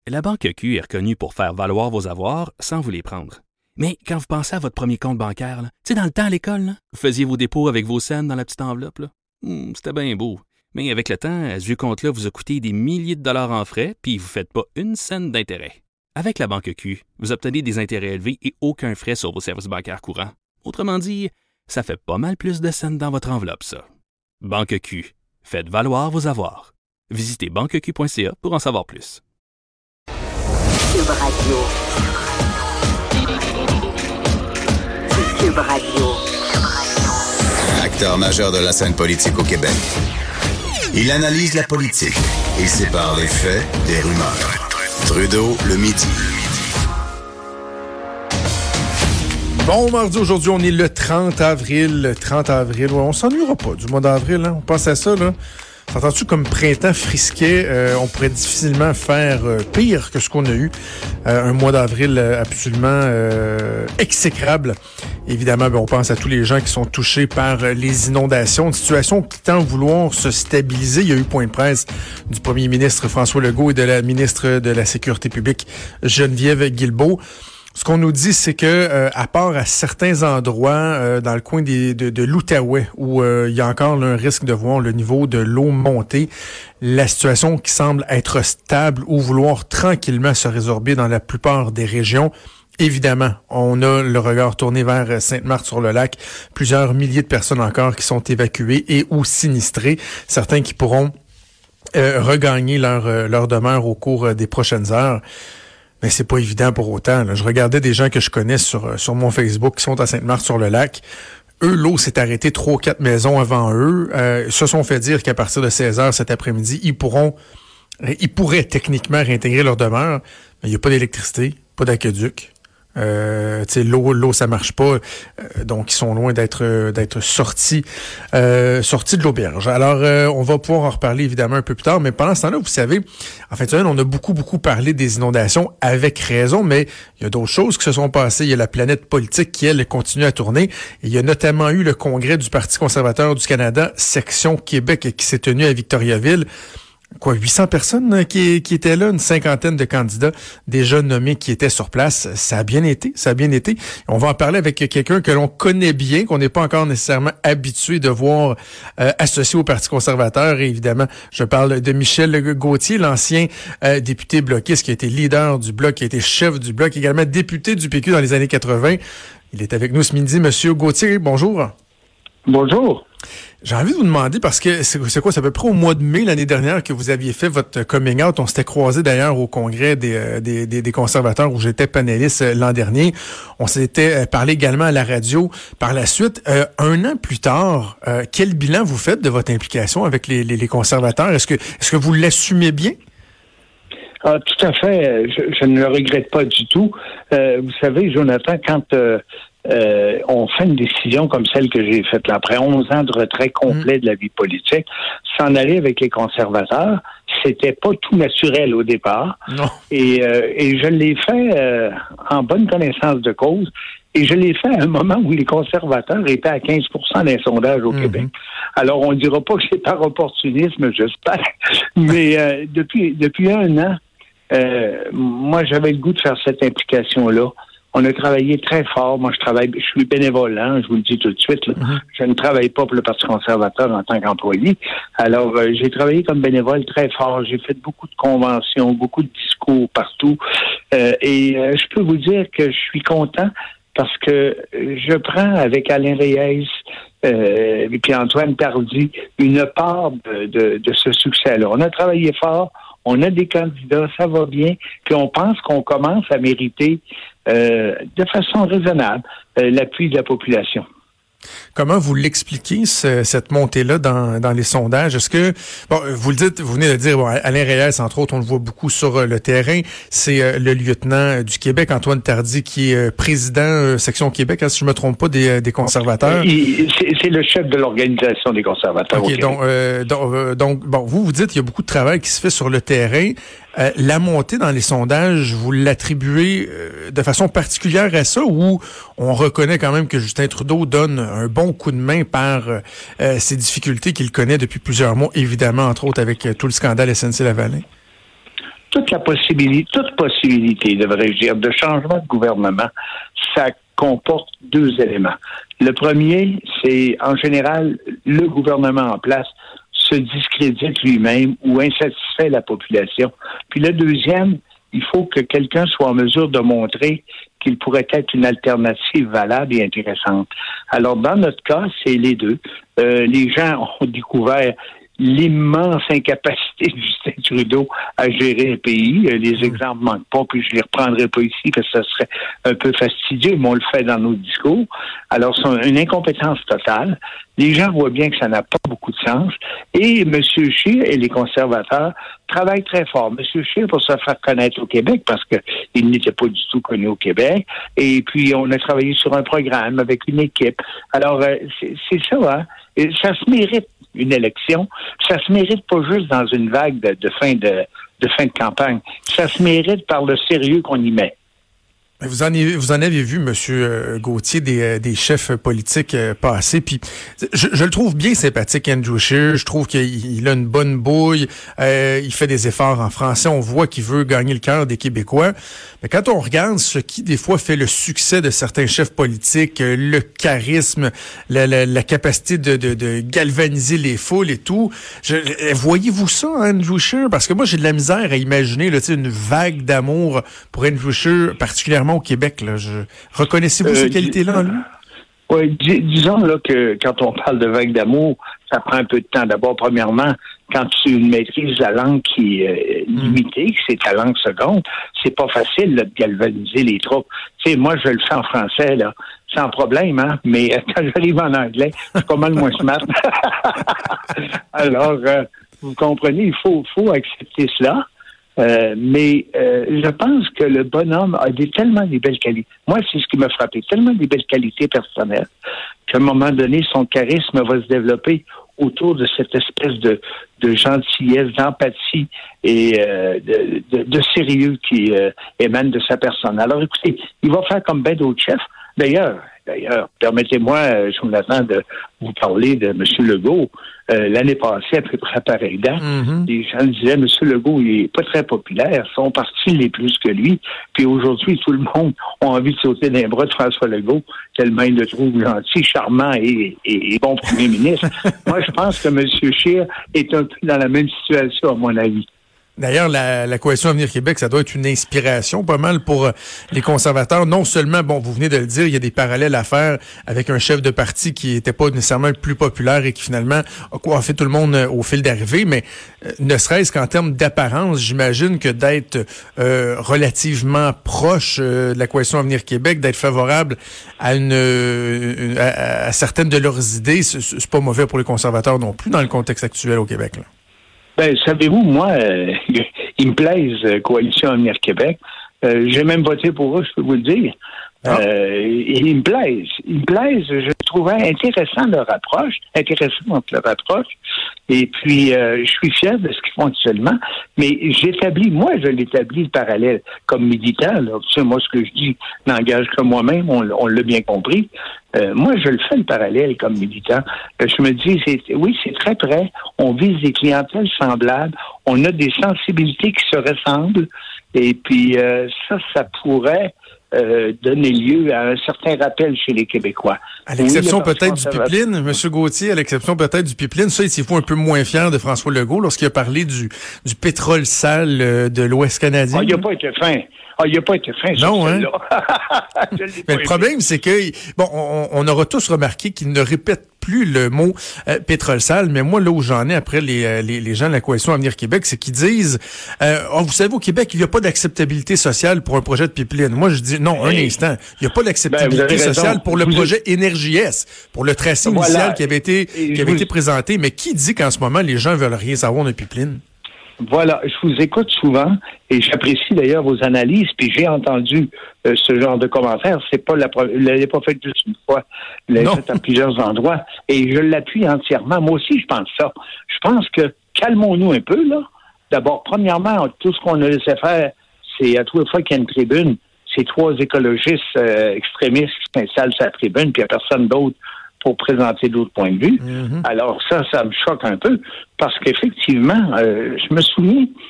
La Banque Q est reconnue pour faire valoir vos avoirs sans vous les prendre. Mais quand vous pensez à votre premier compte bancaire, tu sais, dans le temps à l'école, là, vous faisiez vos dépôts avec vos scènes dans la petite enveloppe. Là. C'était bien beau. Mais avec le temps, ce vieux compte-là vous a coûté des milliers de dollars en frais, puis vous ne faites pas une scène d'intérêt. Avec la Banque Q, vous obtenez des intérêts élevés et aucun frais sur vos services bancaires courants. Autrement dit, ça fait pas mal plus de scènes dans votre enveloppe, ça. Banque Q. Faites valoir vos avoirs. Visitez banqueq.ca pour en savoir plus. Cube Radio. Cube Radio. Acteur majeur de la scène politique au Québec. Il analyse la politique et sépare les faits des rumeurs. Trudeau le midi. Bon mardi, aujourd'hui, on est le 30 avril. Le 30 avril, ouais, on s'ennuiera pas du mois d'avril. Hein? On pense à ça, là. T'entends-tu comme printemps frisquet? On pourrait difficilement faire pire que ce qu'on a eu. Un mois d'avril absolument exécrable. Évidemment, on pense à tous les gens qui sont touchés par les inondations. Une situation qui tend à vouloir se stabiliser. Il y a eu point de presse du premier ministre François Legault et de la ministre de la Sécurité publique Geneviève Guilbeault. Ce qu'on nous dit, c'est que à part à certains endroits dans le coin de l'Outaouais, où il y a encore là, un risque de voir le niveau de l'eau monter, la situation qui semble être stable ou vouloir tranquillement se résorber dans la plupart des régions. Évidemment, on a le regard tourné vers Sainte-Marthe-sur-le-Lac. Plusieurs milliers de personnes encore qui sont évacuées et ou sinistrées. Certains qui pourront regagner leur demeure au cours des prochaines heures. Mais c'est pas évident pour autant. Là. Je regardais des gens que je connais sur mon Facebook qui sont à Sainte-Marthe-sur-le-Lac. Eux, l'eau s'est arrêtée 3 ou 4 maisons avant eux. Se sont fait dire qu'à partir de 16h cet après-midi, ils pourraient techniquement réintégrer leur demeure. Mais il n'y a pas d'électricité, pas d'aqueduc. L'eau ça marche pas, donc ils sont loin d'être sortis de l'auberge. Alors on va pouvoir en reparler évidemment un peu plus tard, mais pendant ce temps-là, vous savez, en fin de semaine, on a beaucoup parlé des inondations avec raison, mais il y a d'autres choses qui se sont passées. Il y a la planète politique qui, elle, continue à tourner. Et il y a notamment eu le congrès du Parti conservateur du Canada, section Québec, qui s'est tenu à Victoriaville. 800 personnes qui étaient là, une cinquantaine de candidats déjà nommés qui étaient sur place. Ça a bien été. On va en parler avec quelqu'un que l'on connaît bien, qu'on n'est pas encore nécessairement habitué de voir associé au Parti conservateur. Et évidemment, je parle de Michel Gauthier, l'ancien député bloquiste qui a été leader du Bloc, qui a été chef du Bloc, également député du PQ dans les années 80. Il est avec nous ce midi. Monsieur Gauthier, bonjour. Bonjour. J'ai envie de vous demander, parce que c'est à peu près au mois de mai l'année dernière que vous aviez fait votre coming out. On s'était croisés d'ailleurs au congrès des conservateurs où j'étais panéliste l'an dernier. On s'était parlé également à la radio par la suite. Un an plus tard, quel bilan vous faites de votre implication avec les conservateurs? Est-ce que vous l'assumez bien? Ah, tout à fait. Je ne le regrette pas du tout. Vous savez, Jonathan, quand on fait une décision comme celle que j'ai faite là, après 11 ans de retrait complet de la vie politique, s'en aller avec les conservateurs, c'était pas tout naturel au départ. Non. Et je l'ai fait en bonne connaissance de cause. Et je l'ai fait à un moment où les conservateurs étaient à 15% d'un sondage au Québec. Alors, on ne dira pas que c'est par opportunisme, j'espère. Mais depuis un an, moi, j'avais le goût de faire cette implication-là. On a travaillé très fort. Moi, je suis bénévole, hein, je vous le dis tout de suite. Là. Je ne travaille pas pour le Parti conservateur en tant qu'employé. Alors, j'ai travaillé comme bénévole très fort. J'ai fait beaucoup de conventions, beaucoup de discours partout. Et je peux vous dire que je suis content parce que je prends avec Alain Reyes et puis Antoine Tardy une part de ce succès-là. On a travaillé fort. On a des candidats, ça va bien, puis on pense qu'on commence à mériter de façon raisonnable l'appui de la population. Comment vous l'expliquez, cette montée-là dans les sondages? Est-ce que, vous le dites, vous venez de dire, Alain Reyes, entre autres, on le voit beaucoup sur le terrain, c'est le lieutenant du Québec, Antoine Tardy, qui est président section Québec, hein, si je me trompe pas, des conservateurs. C'est le chef de l'organisation des conservateurs au Québec. Donc, vous dites qu'il y a beaucoup de travail qui se fait sur le terrain. La montée dans les sondages, vous l'attribuez de façon particulière à ça ou on reconnaît quand même que Justin Trudeau donne un bon coup de main par ces difficultés qu'il connaît depuis plusieurs mois, évidemment, entre autres avec tout le scandale SNC-Lavalin? toute possibilité, devrais-je dire, de changement de gouvernement, ça comporte deux éléments. Le premier, c'est en général le gouvernement en place se discrédite lui-même ou insatisfait la population. Puis le deuxième, il faut que quelqu'un soit en mesure de montrer qu'il pourrait être une alternative valable et intéressante. Alors, dans notre cas, c'est les deux. Les gens ont découvert l'immense incapacité de Justin Trudeau à gérer le pays. Les exemples manquent pas, puis je les reprendrai pas ici parce que ça serait un peu fastidieux, mais on le fait dans nos discours. Alors, c'est une incompétence totale. Les gens voient bien que ça n'a pas beaucoup de sens. Et M. Scheer et les conservateurs travaillent très fort. M. Scheer pour se faire connaître au Québec parce qu'il n'était pas du tout connu au Québec. Et puis, on a travaillé sur un programme avec une équipe. Alors, c'est ça, hein? Et ça se mérite une élection. Ça se mérite pas juste dans une vague de fin de campagne. Ça se mérite par le sérieux qu'on y met. Vous en avez vu, M. Gauthier, des chefs politiques passer. Puis je le trouve bien sympathique, Andrew Scheer. Je trouve qu'il a une bonne bouille. Il fait des efforts en français. On voit qu'il veut gagner le cœur des Québécois. Mais quand on regarde ce qui, des fois, fait le succès de certains chefs politiques, le charisme, la capacité de galvaniser les foules et tout, voyez-vous ça, Andrew Scheer? Parce que moi, j'ai de la misère à imaginer là, une vague d'amour pour Andrew Scheer, particulièrement au Québec. Là. Reconnaissez-vous ces qualités-là en lui? Oui, disons là, que quand on parle de vague d'amour, ça prend un peu de temps. D'abord, premièrement, quand tu maîtrises la langue qui est limitée, que c'est ta langue seconde, c'est pas facile là, de galvaniser les troupes. Tu sais, moi, je le fais en français, là, sans problème, hein, mais quand j'arrive en anglais, je suis pas mal moins smart. Alors, vous comprenez, il faut accepter cela. Mais je pense que le bonhomme a tellement des belles qualités. Moi, c'est ce qui m'a frappé. Tellement des belles qualités personnelles qu'à un moment donné, son charisme va se développer autour de cette espèce de gentillesse, d'empathie et de sérieux qui émane de sa personne. Alors, écoutez, il va faire comme bien d'autres chefs. D'ailleurs, permettez-moi, Jonathan, de vous parler de M. Legault. L'année passée, à peu près pareil date, les gens disaient, M. Legault, il est pas très populaire, son parti l'est plus que lui. Puis aujourd'hui, tout le monde a envie de sauter d'un bras de François Legault, tellement il le trouve gentil, charmant et bon premier ministre. Moi, je pense que M. Scheer est un peu dans la même situation, à mon avis. D'ailleurs, la Coalition Avenir Québec, ça doit être une inspiration pas mal pour les conservateurs. Non seulement, bon, vous venez de le dire, il y a des parallèles à faire avec un chef de parti qui était pas nécessairement le plus populaire et qui finalement a coiffé tout le monde au fil d'arrivée, mais ne serait-ce qu'en termes d'apparence, j'imagine que d'être relativement proche de la Coalition Avenir Québec, d'être favorable à à certaines de leurs idées, c'est pas mauvais pour les conservateurs non plus dans le contexte actuel au Québec, là. Ben, savez-vous, moi, ils me plaisent, Coalition Avenir Québec. J'ai même voté pour eux, je peux vous le dire. Ils me plaisent. Je trouvais intéressante leur approche. Et puis, je suis fier de ce qu'ils font actuellement. Mais je l'établis le parallèle comme militant. Là. Tu sais, moi, ce que je dis n'engage que moi-même, on l'a bien compris. Moi, je le fais le parallèle comme militant. Je me dis, c'est très près. On vise des clientèles semblables. On a des sensibilités qui se ressemblent. Et puis, ça pourrait donner lieu à un certain rappel chez les Québécois. À l'exception peut-être du pipeline, M. Gauthier, à l'exception peut-être du pipeline, ça, il s'y faut un peu moins fier de François Legault lorsqu'il a parlé du pétrole sale de l'Ouest canadien. Il n'a pas été fin. Il n'a pas été fin. Non, hein? Mais le problème, c'est que, bon, on aura tous remarqué qu'il ne répète plus le mot pétrole sale, mais moi, là où j'en ai après les gens de la Coalition Avenir Québec, c'est qu'ils disent, vous savez, au Québec, il n'y a pas d'acceptabilité sociale pour un projet de pipeline. Moi, je dis, non, un instant. Il n'y a pas d'acceptabilité sociale pour le projet Énergie S, pour le tracé initial qui avait été présenté. Mais qui dit qu'en ce moment, les gens veulent rien savoir d'un pipeline? Voilà, je vous écoute souvent et j'apprécie d'ailleurs vos analyses, puis j'ai entendu ce genre de commentaires. Vous l'avez pas fait juste une fois, vous l'avez fait à plusieurs endroits et je l'appuie entièrement. Moi aussi, je pense ça. Je pense que calmons-nous un peu, là. D'abord, premièrement, tout ce qu'on a laissé faire, c'est à toutes les fois qu'il y a une tribune, c'est 3 écologistes extrémistes qui s'installent sur la tribune, puis il n'y a personne d'autre pour présenter d'autres points de vue. Alors ça me choque un peu, parce qu'effectivement, je me souviens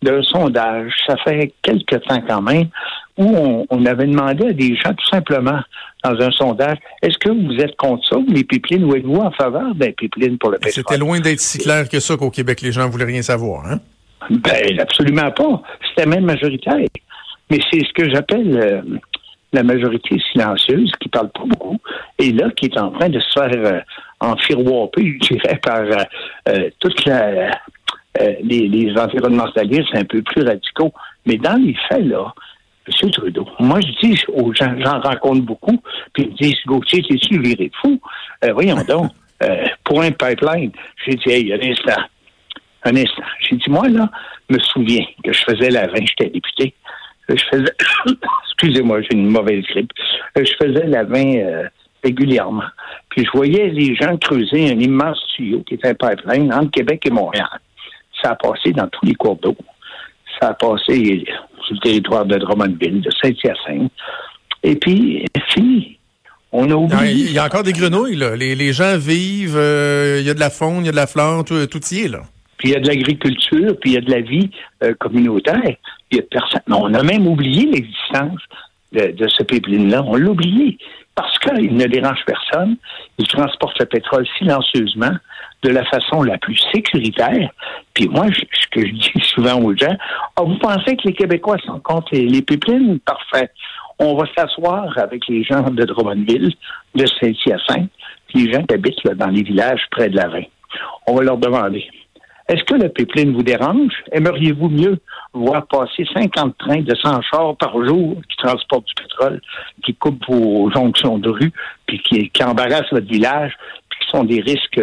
d'un sondage, ça fait quelque temps quand même, où on avait demandé à des gens, tout simplement, dans un sondage, est-ce que vous êtes contre ça, les pipelines, ou êtes-vous en faveur des pipelines pour le pétrole? C'était loin d'être si clair que ça qu'au Québec, les gens voulaient rien savoir, hein? Ben, absolument pas. C'était même majoritaire. Mais c'est ce que j'appelle la majorité silencieuse, qui parle pas beaucoup, et là, qui est en train de se faire enfiroiper, je dirais, par toute les environnementalistes un peu plus radicaux. Mais dans les faits, là, M. Trudeau, moi, je dis aux gens, j'en rencontre beaucoup, puis ils me disent, Gauthier, t'es-tu viré de fou? Voyons donc, pour un pipeline. J'ai dit, hey, un instant. J'ai dit, moi, là, me souviens que je faisais la 20, j'étais député. Je faisais, excusez-moi, j'ai une mauvaise grippe. Je faisais la 20 régulièrement. Puis je voyais les gens creuser un immense tuyau qui était un pipeline entre Québec et Montréal. Ça a passé dans tous les cours d'eau. Ça a passé sur le territoire de Drummondville, de Saint-Hyacinthe. Et puis, fini. On a oublié. Il y a encore des grenouilles, là. Les gens vivent, il y a de la faune, il y a de la flore, tout y est, là. Puis il y a de l'agriculture, puis il y a de la vie communautaire. Il y a personne. On a même oublié l'existence de ce pipeline-là. On l'a oublié. Parce qu'il ne dérange personne. Il transporte le pétrole silencieusement, de la façon la plus sécuritaire. Puis moi, ce que je dis souvent aux gens, vous pensez que les Québécois sont contre les pipelines? Parfait. On va s'asseoir avec les gens de Drummondville, de Saint-Hyacinthe, puis les gens qui habitent là, dans les villages près de la Reine. On va leur demander, est-ce que le pipeline vous dérange? Aimeriez-vous mieux voir passer 50 trains de 100 chars par jour qui transportent du pétrole, qui coupent vos jonctions de rue, puis qui embarrassent votre village, puis qui sont des risques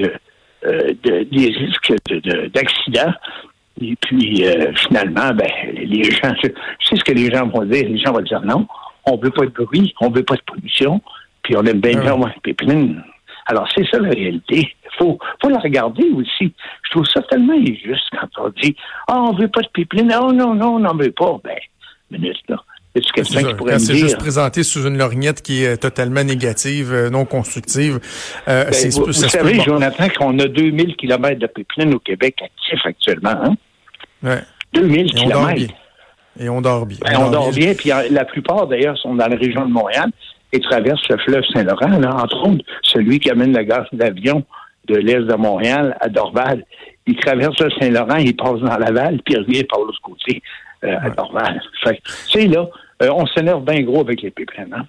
d'accidents? Et puis, finalement, les gens, je sais ce que les gens vont dire. Les gens vont dire non, on veut pas de bruit, on veut pas de pollution, puis on aime bien faire un pipeline. Alors, c'est ça la réalité. Faut la regarder aussi. Je trouve ça tellement injuste quand on dit « on veut pas de pipeline. Oh non, on n'en veut pas. » Minute, là. Est-ce que quelqu'un qui pourrait me dire... C'est juste présenté sous une lorgnette qui est totalement négative, non constructive. Vous savez, Jonathan, qu'on a 2000 km de pipeline au Québec actifs actuellement. Hein? Ouais. 2000 km. Et on dort bien. On dort bien. Puis la plupart, d'ailleurs, sont dans la région de Montréal et traversent le fleuve Saint-Laurent. Là, entre autres, celui qui amène le gaz d'avion de l'est de Montréal à Dorval. Il traverse le Saint-Laurent, il passe dans Laval, puis il revient par l'autre côté à Dorval. Fait, tu sais, là, on s'énerve bien gros avec les pipelines. Hein?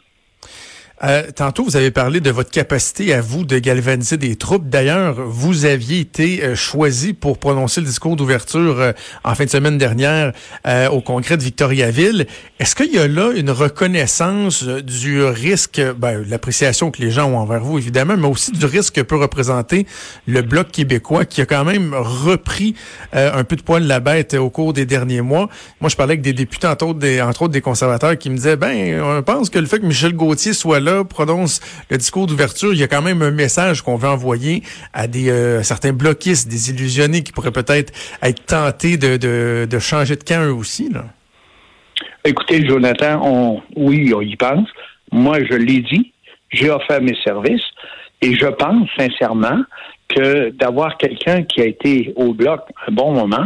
Tantôt, vous avez parlé de votre capacité à vous de galvaniser des troupes. D'ailleurs, vous aviez été choisi pour prononcer le discours d'ouverture en fin de semaine dernière au congrès de Victoriaville. Est-ce qu'il y a là une reconnaissance du risque, l'appréciation que les gens ont envers vous, évidemment, mais aussi du risque que peut représenter le Bloc québécois qui a quand même repris un peu de poil de la bête au cours des derniers mois? Moi, je parlais avec des députés, entre autres des conservateurs, qui me disaient, on pense que le fait que Michel Gauthier soit là, prononce le discours d'ouverture, il y a quand même un message qu'on veut envoyer à certains bloquistes, des illusionnés qui pourraient peut-être être tentés de changer de camp eux aussi, là. Écoutez, Jonathan, oui, on y pense. Moi, je l'ai dit, j'ai offert mes services et je pense sincèrement que d'avoir quelqu'un qui a été au Bloc un bon moment,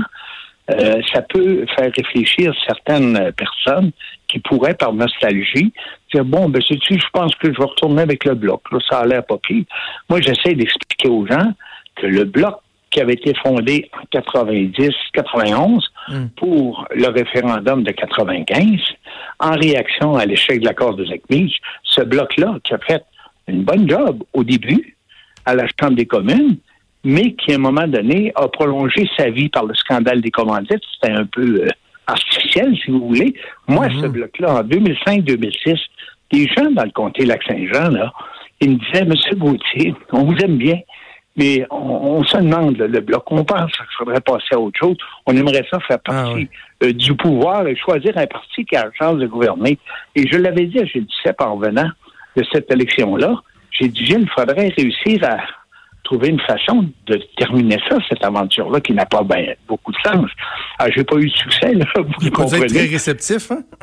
ça peut faire réfléchir certaines personnes qui pourraient, par nostalgie, dire, sais-tu, je pense que je vais retourner avec le Bloc. Là, ça a l'air pas pire. Moi, j'essaie d'expliquer aux gens que le Bloc qui avait été fondé en 90-91 pour le référendum de 95, en réaction à l'échec de l'accord de Zechmich, ce Bloc-là, qui a fait une bonne job au début, à la Chambre des communes, mais qui, à un moment donné, a prolongé sa vie par le scandale des commandites. C'était un peu artificiel, si vous voulez. Moi, ce bloc-là, en 2005-2006, des gens dans le comté Lac-Saint-Jean, là, ils me disaient, Monsieur Gauthier, on vous aime bien, mais on se demande, le bloc, on pense qu'il faudrait passer à autre chose. On aimerait ça faire partie du pouvoir et choisir un parti qui a la chance de gouverner. Et je l'avais dit à Gilles Duceppe en venant de cette élection-là. J'ai dit, Gilles, il faudrait réussir à trouver une façon de terminer ça, cette aventure-là, qui n'a pas beaucoup de sens. Alors, j'ai pas eu de succès, là, vous comprenez. Vous êtes très réceptif, hein?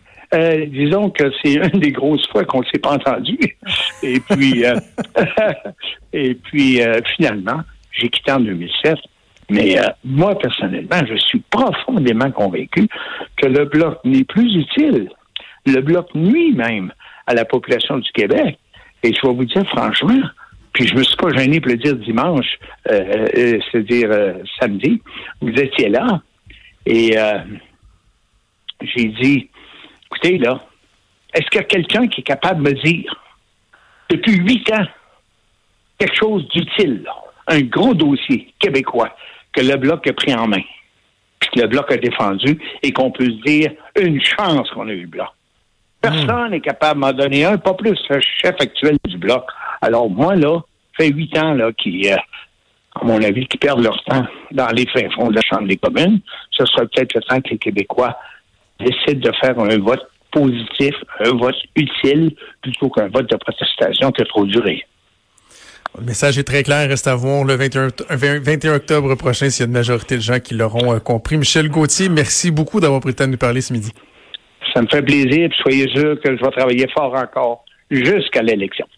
Disons que c'est une des grosses fois qu'on ne s'est pas entendu. Et puis, finalement, j'ai quitté en 2007. Mais moi, personnellement, je suis profondément convaincu que le Bloc n'est plus utile. Le Bloc nuit même à la population du Québec. Et je vais vous dire franchement, puis je me suis pas gêné pour le dire dimanche, c'est-à-dire samedi, vous étiez là, et j'ai dit, écoutez, là, est-ce qu'il y a quelqu'un qui est capable de me dire, depuis 8 ans, quelque chose d'utile, là, un gros dossier québécois que le Bloc a pris en main, puis que le Bloc a défendu, et qu'on peut se dire, une chance qu'on a eu le Bloc. Personne n'est capable de m'en donner un, pas plus le chef actuel du Bloc. Alors moi, là, ça fait 8 ans là, qui, à mon avis, qui perdent leur temps dans les fins fonds de la Chambre des communes. Ce sera peut-être le temps que les Québécois décident de faire un vote positif, un vote utile, plutôt qu'un vote de protestation qui a trop duré. Le message est très clair, reste à voir le 21 octobre prochain s'il y a une majorité de gens qui l'auront compris. Michel Gauthier, merci beaucoup d'avoir pris le temps de nous parler ce midi. Ça me fait plaisir, puis soyez sûr que je vais travailler fort encore jusqu'à l'élection.